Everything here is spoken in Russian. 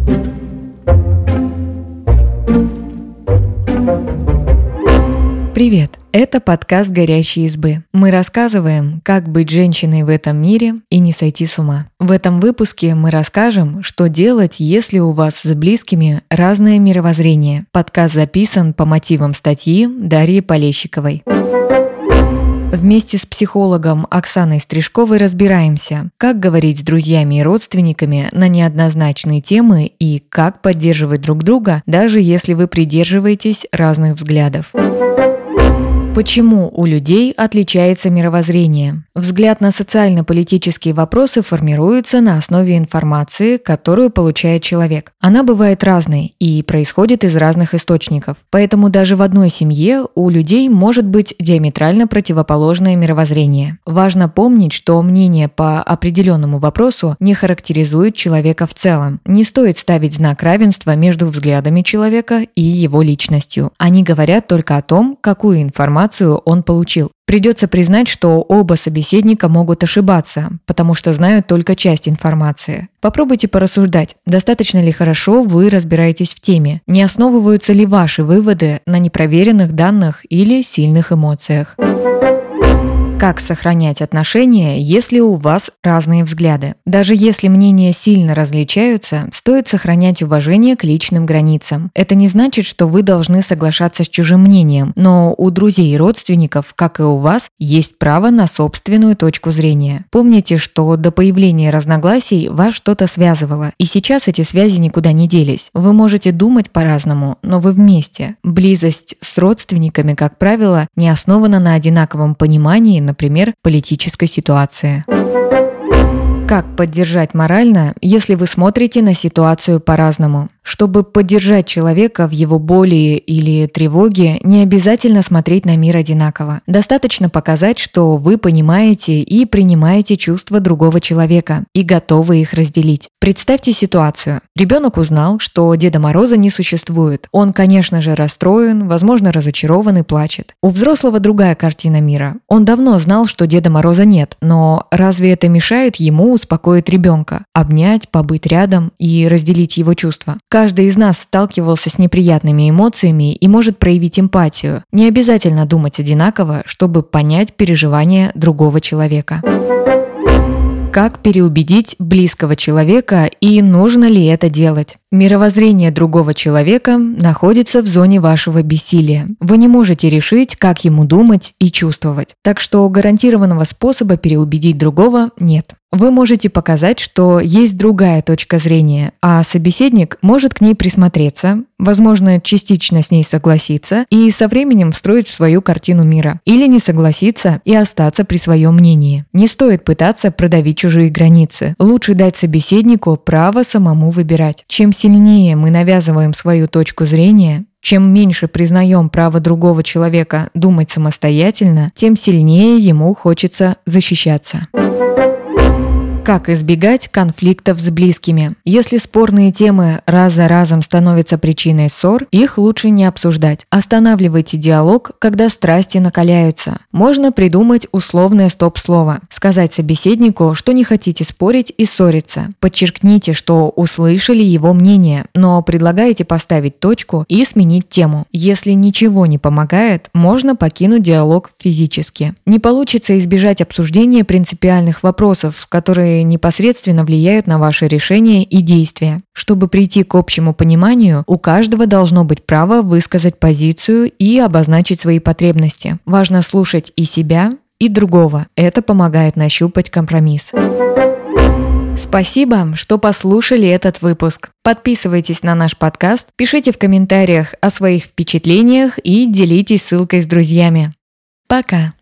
Привет! Это подкаст «Горящие избы». Мы рассказываем, как быть женщиной в этом мире и не сойти с ума. В этом выпуске мы расскажем, что делать, если у вас с близкими разное мировоззрение. Подкаст записан по мотивам статьи Дарьи Полещиковой. Вместе с психологом Оксаной Стрижковой разбираемся, как говорить с друзьями и родственниками на неоднозначные темы и как поддерживать друг друга, даже если вы придерживаетесь разных взглядов. Почему у людей отличается мировоззрение? Взгляд на социально-политические вопросы формируется на основе информации, которую получает человек. Она бывает разной и происходит из разных источников. Поэтому даже в одной семье у людей может быть диаметрально противоположное мировоззрение. Важно помнить, что мнение по определенному вопросу не характеризует человека в целом. Не стоит ставить знак равенства между взглядами человека и его личностью. Они говорят только о том, какую информацию он получил. Придется признать, что оба собеседника могут ошибаться, потому что знают только часть информации. Попробуйте порассуждать, достаточно ли хорошо вы разбираетесь в теме, не основываются ли ваши выводы на непроверенных данных или сильных эмоциях. Как сохранять отношения, если у вас разные взгляды? Даже если мнения сильно различаются, стоит сохранять уважение к личным границам. Это не значит, что вы должны соглашаться с чужим мнением, но у друзей и родственников, как и у вас, есть право на собственную точку зрения. Помните, что до появления разногласий вас что-то связывало, и сейчас эти связи никуда не делись. Вы можете думать по-разному, но вы вместе. Близость с родственниками, как правило, не основана на одинаковом понимании, например, политической ситуации. Как поддержать морально, если вы смотрите на ситуацию по-разному? Чтобы поддержать человека в его боли или тревоге, не обязательно смотреть на мир одинаково. Достаточно показать, что вы понимаете и принимаете чувства другого человека и готовы их разделить. Представьте ситуацию. Ребенок узнал, что Деда Мороза не существует. Он, конечно же, расстроен, возможно, разочарован и плачет. У взрослого другая картина мира. Он давно знал, что Деда Мороза нет, но разве это мешает ему успокоить ребенка, обнять, побыть рядом и разделить его чувства? Каждый из нас сталкивался с неприятными эмоциями и может проявить эмпатию. Не обязательно думать одинаково, чтобы понять переживания другого человека. Как переубедить близкого человека и нужно ли это делать? Мировоззрение другого человека находится в зоне вашего бессилия. Вы не можете решить, как ему думать и чувствовать. Так что гарантированного способа переубедить другого нет. Вы можете показать, что есть другая точка зрения, а собеседник может к ней присмотреться, возможно, частично с ней согласиться и со временем встроить в свою картину мира. Или не согласиться и остаться при своем мнении. Не стоит пытаться продавить чужие границы. Лучше дать собеседнику право самому выбирать. Чем сильнее мы навязываем свою точку зрения, чем меньше признаем право другого человека думать самостоятельно, тем сильнее ему хочется защищаться. Как избегать конфликтов с близкими? Если спорные темы раз за разом становятся причиной ссор, их лучше не обсуждать. Останавливайте диалог, когда страсти накаляются. Можно придумать условное стоп-слово. Сказать собеседнику, что не хотите спорить и ссориться. Подчеркните, что услышали его мнение, но предлагаете поставить точку и сменить тему. Если ничего не помогает, можно покинуть диалог физически. Не получится избежать обсуждения принципиальных вопросов, которые непосредственно влияют на ваши решения и действия. Чтобы прийти к общему пониманию, у каждого должно быть право высказать позицию и обозначить свои потребности. Важно слушать и себя, и другого. Это помогает нащупать компромисс. Спасибо, что послушали этот выпуск. Подписывайтесь на наш подкаст, пишите в комментариях о своих впечатлениях и делитесь ссылкой с друзьями. Пока!